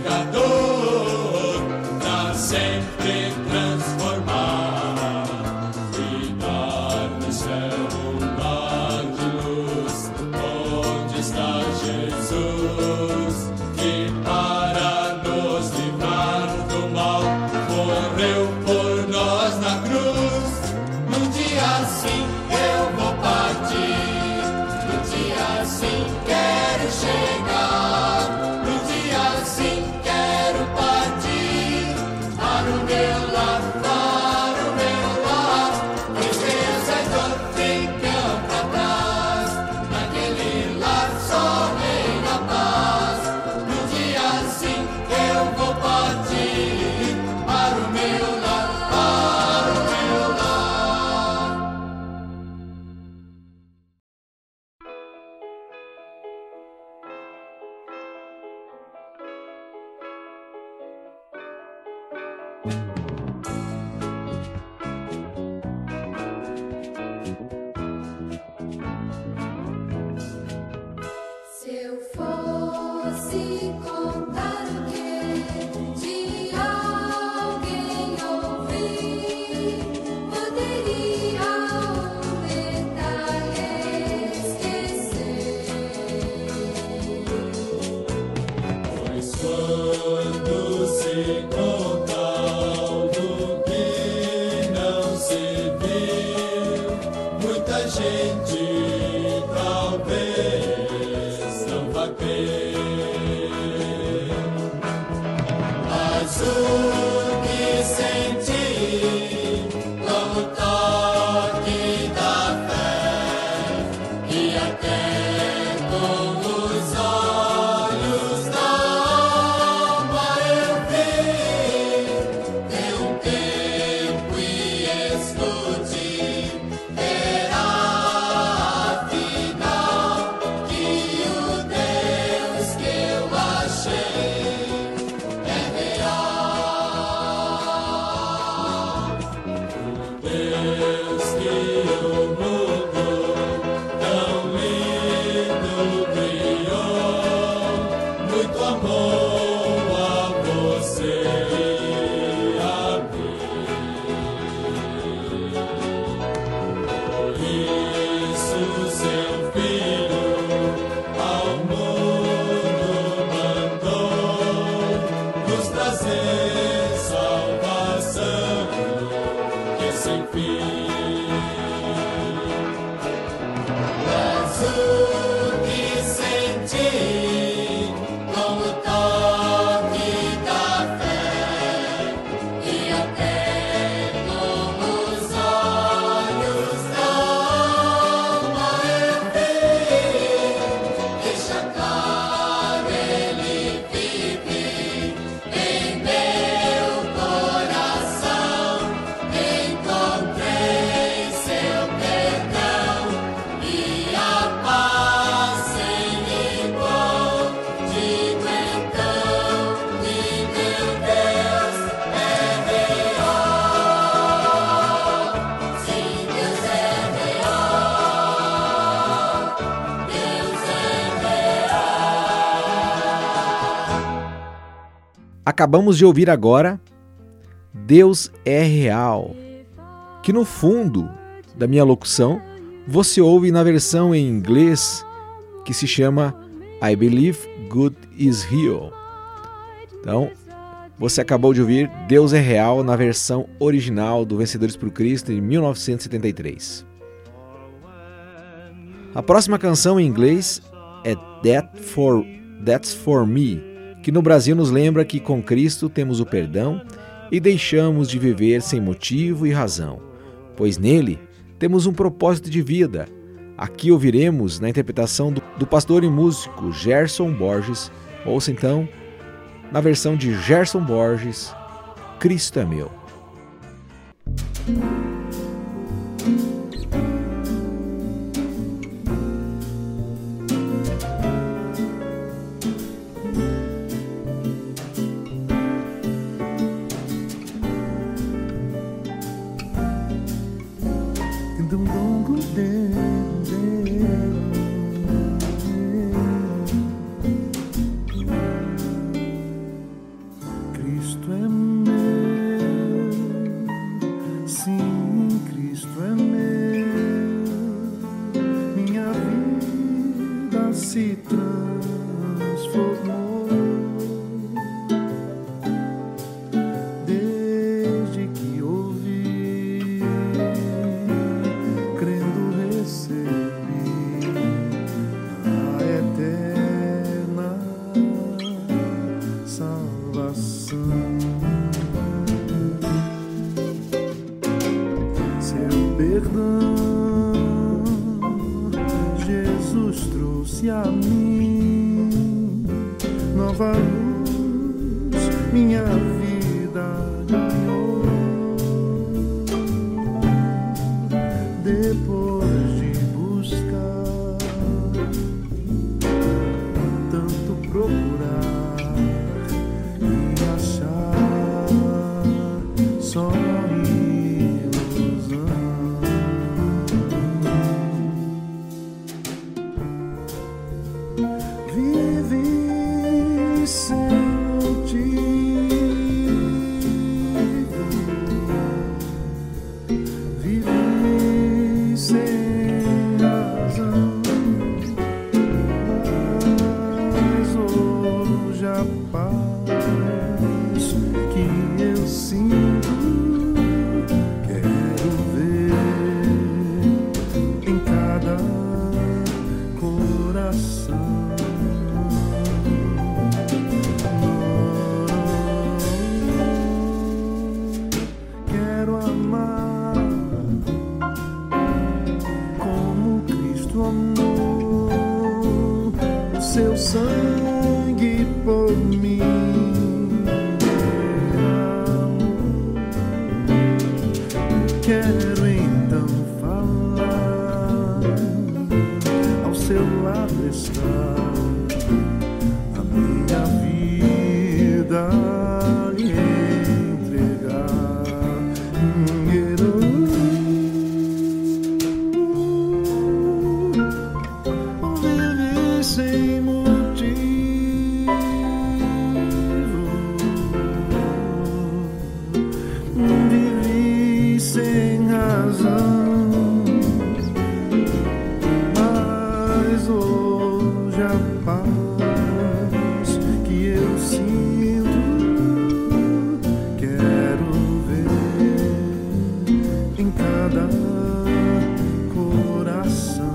pecador pra sempre transformar e dar no céu um lar de luz, onde está Jesus, que para nos livrar do mal morreu por nós na cruz. Num dia assim eu vou partir, num dia assim quero chegar, num dia assim quero partir para o meu lar, para o meu lar. Tristeza e dor ficam pra trás, naquele lar só reina a paz. Num dia assim eu vou partir para o meu lar, para o meu lar. Se eu fosse contar o que de alguém ouvi, quando se conta algo que não se viu, muita gente talvez não vá crer. Mas o que senti como toque da fé, e até com os olhos da alma eu vi, dê um tempo e escute, verá afinal que o Deus que eu achei é real. Deus que o mundo tão lindo criou, muito amor a você e a mim. Por isso seu filho ao mundo mandou nos trazer salvação que é sem fim. Mas o que senti com o toque da fé, e até com os olhos da alma eu vi, deixa claro ele vive em meu coração. Encontrei seu perdão e a paz sem igual. Digo então que meu Deus é real. Sim, Deus é real. Deus é real. Acabamos de ouvir agora Deus é Real, que no fundo da minha locução você ouve na versão em inglês que se chama I Believe God is Real. Então, você acabou de ouvir Deus é Real na versão original do Vencedores por Cristo de 1973. A próxima canção em inglês é That's For Me, que no Brasil nos lembra que com Cristo temos o perdão e deixamos de viver sem motivo e razão, pois nele temos um propósito de vida. Aqui ouviremos na interpretação do pastor e músico Gerson Borges. Ouça então, na versão de Gerson Borges, Cristo é Meu. Cristo é meu, sim, Cristo é meu. Minha vida se transformou desde que ouvi, crendo recebi a eterna salvação. Seu perdão Jesus trouxe a mim, nova luz minha vida ganhou. Depois de buscar, tanto procurar e achar só ilusão. Vivi sem ti, dar e entregar. Viver sem motivo, viver sem razão, mas hoje a paz que eu sinto quero ver em cada coração.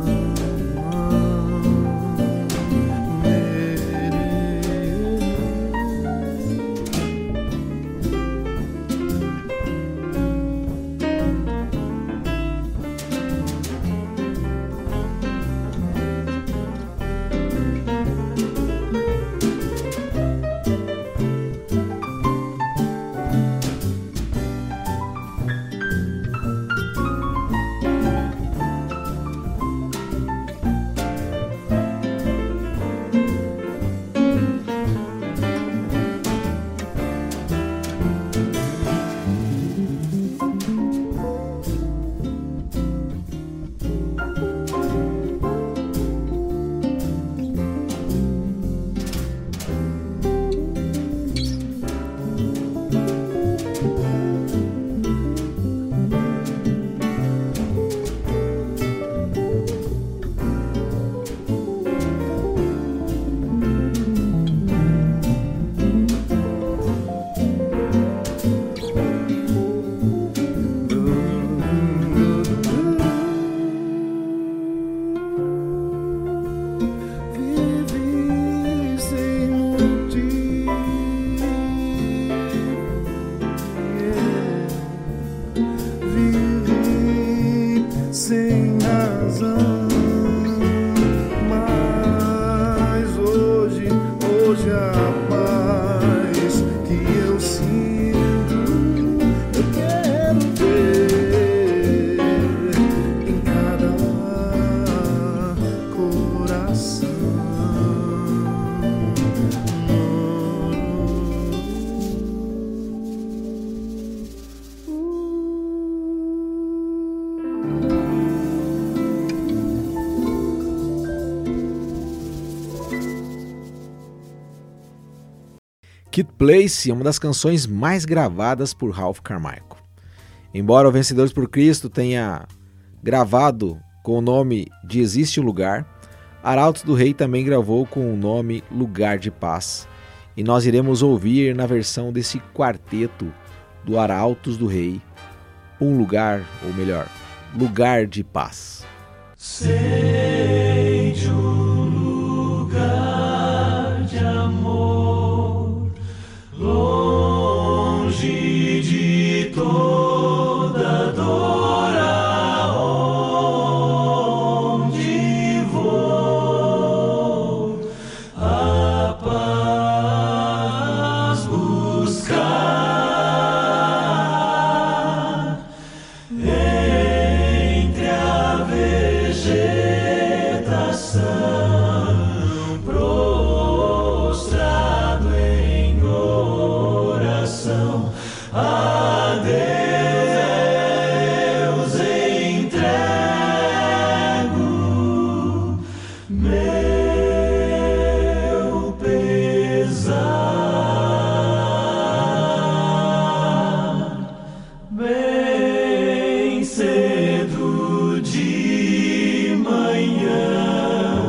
Sem razão, mas hoje a paz que eu sinto eu quero ver em cada coração. Kid Place é uma das canções mais gravadas por Ralph Carmichael. Embora o Vencedores por Cristo tenha gravado com o nome de Existe um Lugar, Arautos do Rei também gravou com o nome Lugar de Paz. E nós iremos ouvir na versão desse quarteto do Arautos do Rei, Um Lugar, ou melhor, Lugar de Paz. Sei de um lugar de amor, longe de toda dor, aonde vou a paz buscar entre a vegetação, prostrado em oração a Deus entrego meu pesar. Bem cedo de manhã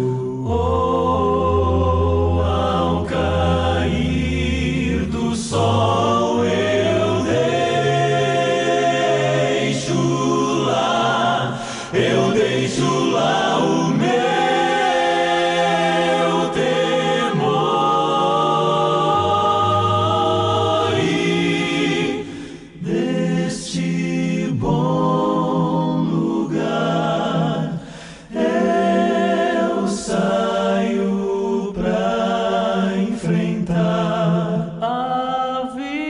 ou ao cair do sol eu deixo lá o meu temor e deste bom lugar eu saio pra enfrentar a vida.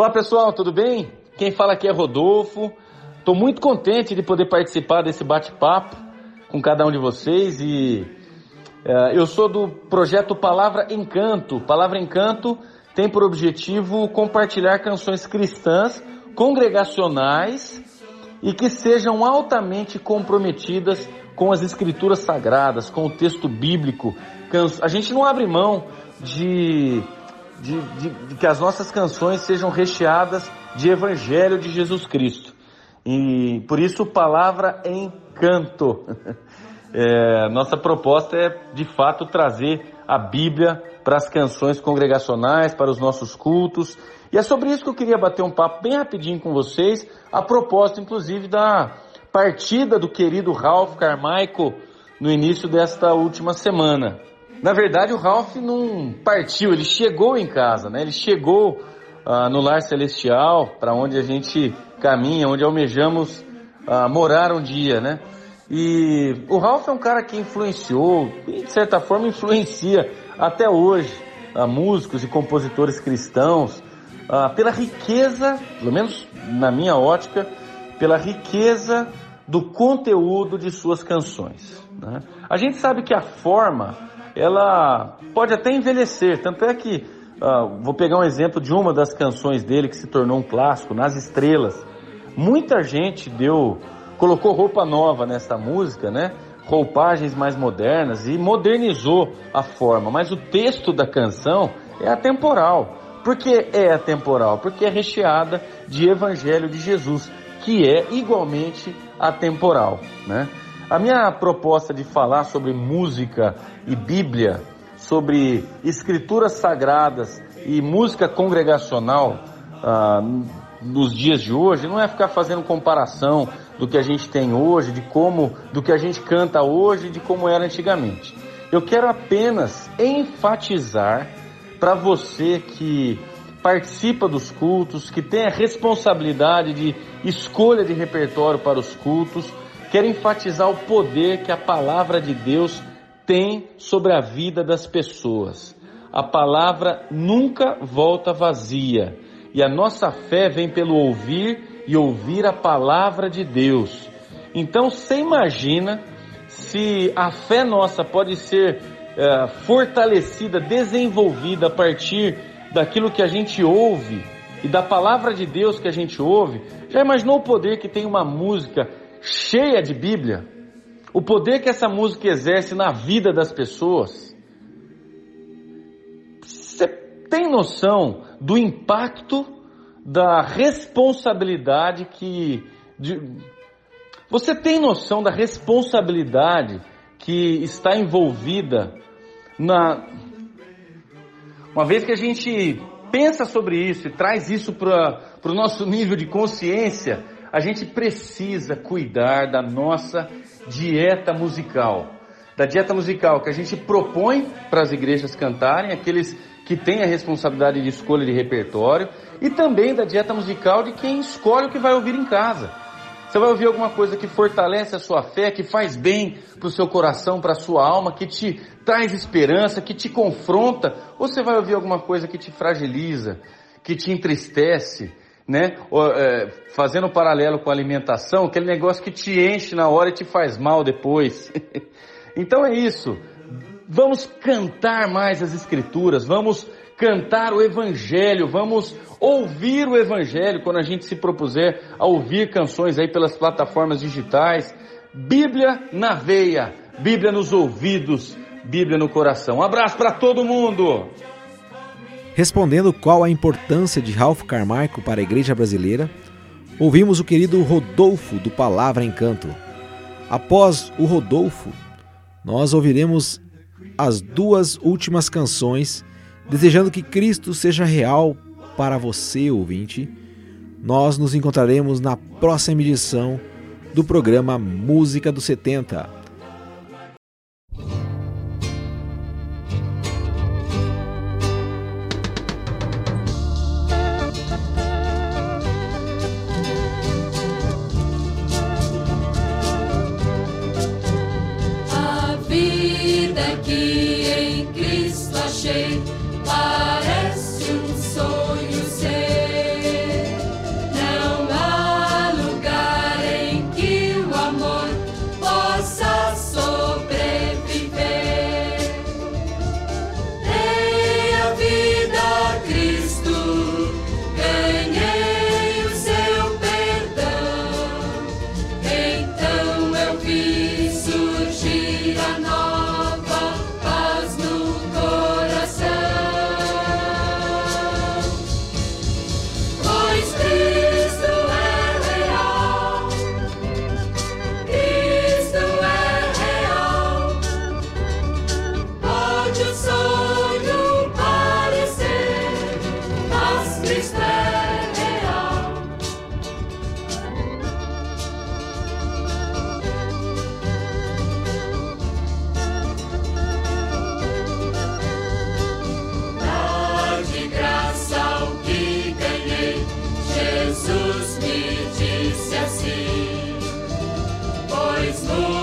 Olá pessoal, tudo bem? Quem fala aqui é Rodolfo. Estou muito contente de poder participar desse bate-papo com cada um de vocês e eu sou do projeto Palavra Encanto. Palavra Encanto tem por objetivo compartilhar canções cristãs, congregacionais e que sejam altamente comprometidas com as escrituras sagradas, com o texto bíblico. A gente não abre mão de que as nossas canções sejam recheadas de Evangelho de Jesus Cristo. E por isso, Palavra Encanto. Nossa proposta é, de fato, trazer a Bíblia para as canções congregacionais, para os nossos cultos. E é sobre isso que eu queria bater um papo bem rapidinho com vocês, a propósito, inclusive, da partida do querido Ralph Carmichael no início desta última semana. Na verdade, o Ralph não partiu, ele chegou em casa, né? Ele chegou no lar celestial, para onde a gente caminha, onde almejamos morar um dia, né? E o Ralph é um cara que influenciou, e de certa forma influencia até hoje, músicos e compositores cristãos, pela riqueza, pelo menos na minha ótica, pela riqueza do conteúdo de suas canções, né? A gente sabe que a forma ela pode até envelhecer, tanto é que, vou pegar um exemplo de uma das canções dele que se tornou um clássico, Nas Estrelas. Muita gente colocou roupa nova nessa música, né? Roupagens mais modernas e modernizou a forma, mas o texto da canção é atemporal. Por que é atemporal? Porque é recheada de Evangelho de Jesus, que é igualmente atemporal, né? A minha proposta de falar sobre música e Bíblia, sobre escrituras sagradas e música congregacional nos dias de hoje, não é ficar fazendo comparação do que a gente tem hoje, do que a gente canta hoje, de como era antigamente. Eu quero apenas enfatizar para você que participa dos cultos, que tem a responsabilidade de escolha de repertório para os cultos, quero enfatizar o poder que a palavra de Deus tem sobre a vida das pessoas. A palavra nunca volta vazia. E a nossa fé vem pelo ouvir e ouvir a palavra de Deus. Então você imagina se a fé nossa pode ser fortalecida, desenvolvida a partir daquilo que a gente ouve e da palavra de Deus que a gente ouve. Já imaginou o poder que tem uma música cheia de Bíblia? O poder que essa música exerce na vida das pessoas? Você tem noção do impacto, da responsabilidade você tem noção da responsabilidade que está envolvida uma vez que a gente pensa sobre isso e traz isso para o nosso nível de consciência, a gente precisa cuidar da nossa dieta musical. Da dieta musical que a gente propõe para as igrejas cantarem, aqueles que têm a responsabilidade de escolha de repertório, e também da dieta musical de quem escolhe o que vai ouvir em casa. Você vai ouvir alguma coisa que fortalece a sua fé, que faz bem para o seu coração, para a sua alma, que te traz esperança, que te confronta, ou você vai ouvir alguma coisa que te fragiliza, que te entristece, né? Fazendo um paralelo com a alimentação, aquele negócio que te enche na hora e te faz mal depois. Então é isso. Vamos cantar mais as Escrituras, vamos cantar o Evangelho, vamos ouvir o Evangelho quando a gente se propuser a ouvir canções aí pelas plataformas digitais. Bíblia na veia, Bíblia nos ouvidos, Bíblia no coração. Um abraço para todo mundo! Respondendo qual a importância de Ralph Carmichael para a igreja brasileira, ouvimos o querido Rodolfo do Palavra Encanto. Após o Rodolfo, nós ouviremos as duas últimas canções, desejando que Cristo seja real para você, ouvinte. Nós nos encontraremos na próxima edição do programa Música dos 70. A vida que em Cristo achei parece um sonho ser. Estou